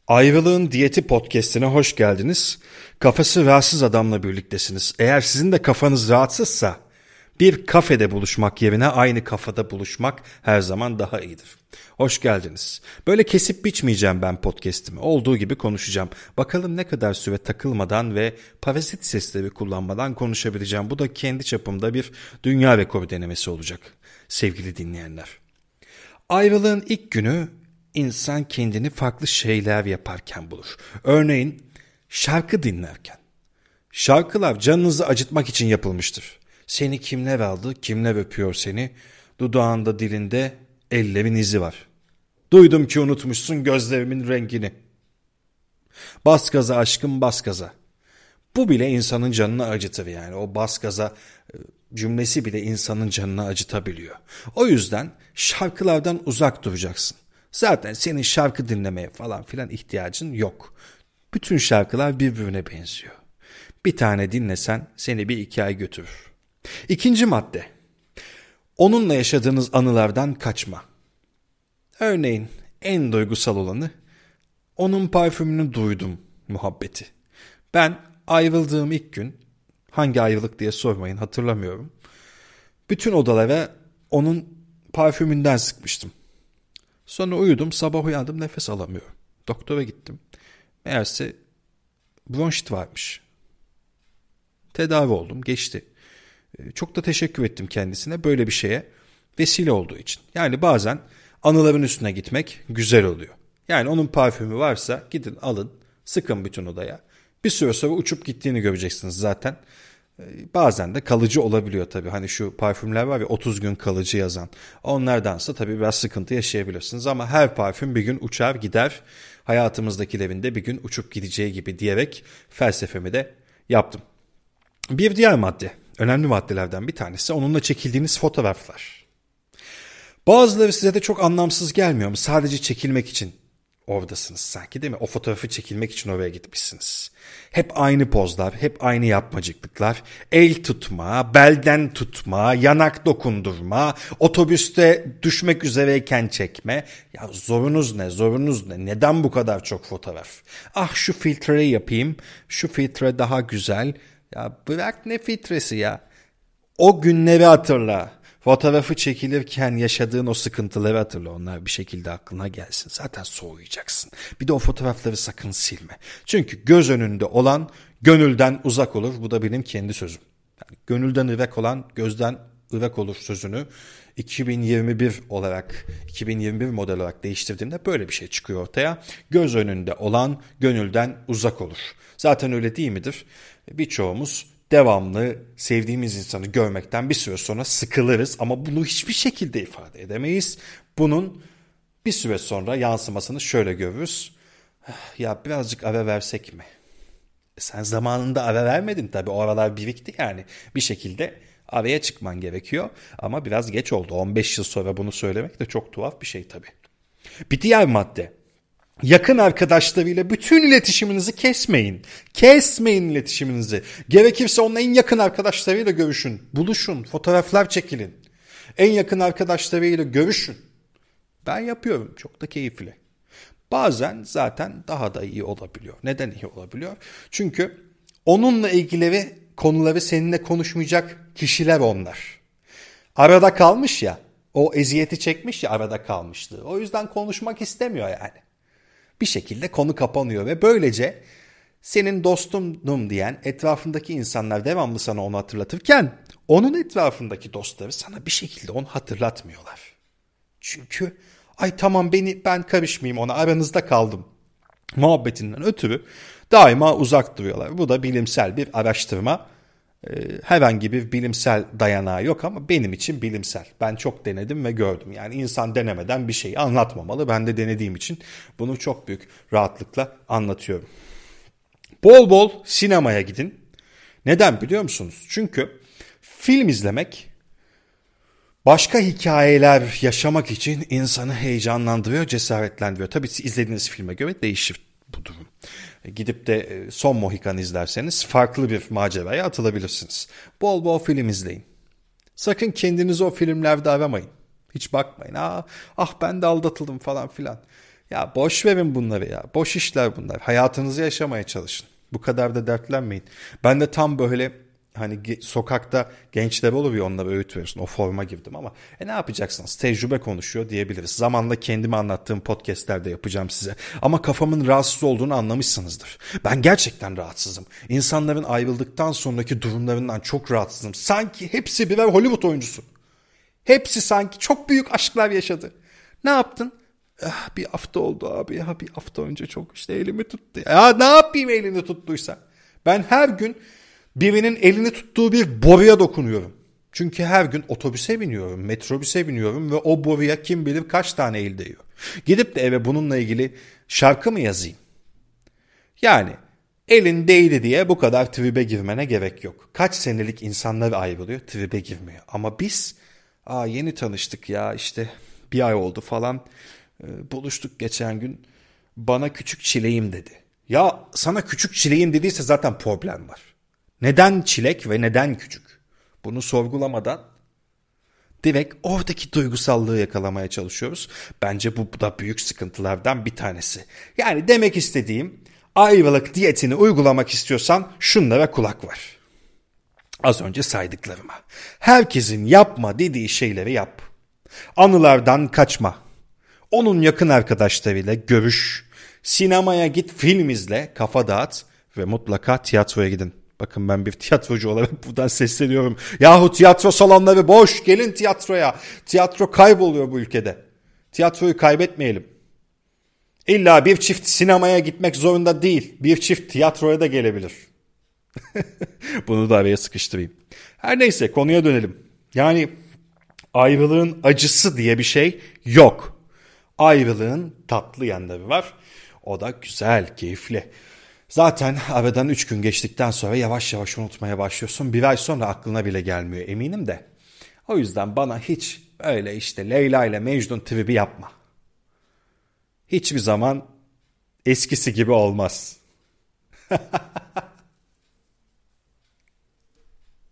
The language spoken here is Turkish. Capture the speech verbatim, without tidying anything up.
Ayrılığın Diyeti Podcast'ine hoş geldiniz. Kafası rahatsız adamla birliktesiniz. Eğer sizin de kafanız rahatsızsa bir kafede buluşmak yerine aynı kafada buluşmak her zaman daha iyidir. Hoş geldiniz. Böyle kesip biçmeyeceğim ben podcast'imi. Olduğu gibi konuşacağım. Bakalım ne kadar süre takılmadan ve parazit sesleri kullanmadan konuşabileceğim. Bu da kendi çapımda bir dünya rekoru denemesi olacak sevgili dinleyenler. Ayrılığın ilk günü İnsan kendini farklı şeyler yaparken bulur. Örneğin şarkı dinlerken. Şarkılar canınızı acıtmak için yapılmıştır. Seni kimler aldı, kimler öpüyor seni? Dudağında, dilinde ellerin izi var. Duydum ki unutmuşsun gözlerimin rengini. Bas gaza aşkım, bas gaza. Bu bile insanın canını acıtır yani. O bas gaza cümlesi bile insanın canını acıtabiliyor. O yüzden şarkılardan uzak duracaksın. Zaten senin şarkı dinlemeye falan filan ihtiyacın yok. Bütün şarkılar birbirine benziyor. Bir tane dinlesen seni bir iki ay götürür. İkinci madde. Onunla yaşadığınız anılardan kaçma. Örneğin en duygusal olanı onun parfümünü duydum muhabbeti. Ben ayrıldığım ilk gün, hangi ayrılık diye sormayın hatırlamıyorum. Bütün odalara onun parfümünden sıkmıştım. Sonra uyudum, sabah uyandım, nefes alamıyorum. Doktora gittim. Meğerse bronşit varmış. Tedavi oldum, geçti. Çok da teşekkür ettim kendisine böyle bir şeye vesile olduğu için. Yani bazen anıların üstüne gitmek güzel oluyor. Yani onun parfümü varsa gidin alın, sıkın bütün odaya. Bir süre sonra uçup gittiğini göreceksiniz zaten. Bazen de kalıcı olabiliyor tabii. Hani şu parfümler var ya otuz gün kalıcı yazan. Onlardansa tabii biraz sıkıntı yaşayabilirsiniz. Ama her parfüm bir gün uçar gider. Hayatımızdakilerin de bir gün uçup gideceği gibi diyerek felsefemi de yaptım. Bir diğer madde, önemli maddelerden bir tanesi onunla çekildiğiniz fotoğraflar. Bazıları size de çok anlamsız gelmiyor mu? Sadece çekilmek için oradasınız sanki değil mi? O fotoğrafı çekilmek için oraya gitmişsiniz. Hep aynı pozlar, hep aynı yapmacıklıklar. El tutma, belden tutma, yanak dokundurma, otobüste düşmek üzereyken çekme. Ya zorunuz ne, zorunuz ne? Neden bu kadar çok fotoğraf? Ah şu filtreyi yapayım, şu filtre daha güzel. Ya bırak ne filtresi ya? O günleri hatırla. Fotoğrafı çekilirken yaşadığın o sıkıntıları hatırla. Onlar bir şekilde aklına gelsin. Zaten soğuyacaksın. Bir de o fotoğrafları sakın silme. Çünkü göz önünde olan gönülden uzak olur. Bu da benim kendi sözüm. Yani gönülden ırak olan gözden ırak olur sözünü iki bin yirmi bir olarak, iki bin yirmi bir model olarak değiştirdiğimde böyle bir şey çıkıyor ortaya. Göz önünde olan gönülden uzak olur. Zaten öyle değil midir? Birçoğumuz devamlı sevdiğimiz insanı görmekten bir süre sonra sıkılırız ama bunu hiçbir şekilde ifade edemeyiz. Bunun bir süre sonra yansımasını şöyle görürüz. Ya birazcık ara versek mi? Sen zamanında ara vermedin tabii, o aralar birikti yani. Bir şekilde araya çıkman gerekiyor ama biraz geç oldu. on beş yıl sonra bunu söylemek de çok tuhaf bir şey tabii. Bir diğer madde. Yakın arkadaşlarıyla bütün iletişiminizi kesmeyin. Kesmeyin iletişiminizi. Gerekirse onun en yakın arkadaşlarıyla görüşün. Buluşun, fotoğraflar çekilin. En yakın arkadaşlarıyla görüşün. Ben yapıyorum, çok da keyifli. Bazen zaten daha da iyi olabiliyor. Neden iyi olabiliyor? Çünkü onunla ilgili konuları seninle konuşmayacak kişiler onlar. Arada kalmış ya, o eziyeti çekmiş ya, arada kalmıştı. O yüzden konuşmak istemiyor yani. Bir şekilde konu kapanıyor ve böylece senin dostumdum diyen etrafındaki insanlar devamlı sana onu hatırlatırken onun etrafındaki dostları sana bir şekilde onu hatırlatmıyorlar. Çünkü ay tamam beni ben karışmayayım ona, aranızda kaldım muhabbetinden ötürü daima uzak duruyorlar. Bu da bilimsel bir araştırma. Herhangi bir bilimsel dayanağı yok ama benim için bilimsel. Ben çok denedim ve gördüm. Yani insan denemeden bir şeyi anlatmamalı. Ben de denediğim için bunu çok büyük rahatlıkla anlatıyorum. Bol bol sinemaya gidin. Neden biliyor musunuz? Çünkü film izlemek başka hikayeler yaşamak için insanı heyecanlandırıyor, cesaretlendiriyor. Tabii izlediğiniz filme göre değişir bu durum. Gidip de Son Mohikan izlerseniz farklı bir maceraya atılabilirsiniz. Bol bol film izleyin. Sakın kendinizi o filmlerde aramayın. Hiç bakmayın. Aa, ah ben de aldatıldım falan filan. Ya boş verin bunları ya. Boş işler bunlar. Hayatınızı yaşamaya çalışın. Bu kadar da dertlenmeyin. Ben de tam böyle hani ge- sokakta gençler olur ya, onlara öğüt verirsin. O forma girdim ama e ne yapacaksınız? Tecrübe konuşuyor diyebiliriz. Zamanla kendimi anlattığım podcastlerde yapacağım size. Ama kafamın rahatsız olduğunu anlamışsınızdır. Ben gerçekten rahatsızım. İnsanların ayrıldıktan sonraki durumlarından çok rahatsızım. Sanki hepsi birer Hollywood oyuncusu. Hepsi sanki çok büyük aşklar yaşadı. Ne yaptın? Ah, bir hafta oldu abi ya, bir hafta önce çok işte elimi tuttu. Ya ne yapayım elini tuttuysa? Ben her gün birinin elini tuttuğu bir boruya dokunuyorum. Çünkü her gün otobüse biniyorum, metrobüse biniyorum ve o boruya kim bilir kaç tane el değiyor. Gidip de eve bununla ilgili şarkı mı yazayım? Yani elin değdi diye bu kadar tribe girmene gerek yok. Kaç senelik insanlar ayrılıyor, tribe girmiyor. Ama biz aa, yeni tanıştık ya, işte bir ay oldu falan. Ee, buluştuk geçen gün, bana küçük çileğim dedi. Ya sana küçük çileğim dediyse zaten problem var. Neden çilek ve neden küçük? Bunu sorgulamadan direkt oradaki duygusallığı yakalamaya çalışıyoruz. Bence bu da büyük sıkıntılardan bir tanesi. Yani demek istediğim, ayvalık diyetini uygulamak istiyorsan şunlara kulak ver. Az önce saydıklarıma. Herkesin yapma dediği şeyleri yap. Anılardan kaçma. Onun yakın arkadaşlarıyla görüş. Sinemaya git, film izle, kafa dağıt ve mutlaka tiyatroya gidin. Bakın ben bir tiyatrocu olarak buradan sesleniyorum. Yahu tiyatro salonları boş, gelin tiyatroya. Tiyatro kayboluyor bu ülkede. Tiyatroyu kaybetmeyelim. İlla bir çift sinemaya gitmek zorunda değil. Bir çift tiyatroya da gelebilir. Bunu da araya sıkıştırayım. Her neyse, konuya dönelim. Yani ayrılığın acısı diye bir şey yok. Ayrılığın tatlı yanları var. O da güzel, keyifli. Zaten aradan üç gün geçtikten sonra yavaş yavaş unutmaya başlıyorsun. Bir ay sonra aklına bile gelmiyor eminim de. O yüzden bana hiç öyle işte Leyla ile Mecnun tribi yapma. Hiçbir zaman eskisi gibi olmaz.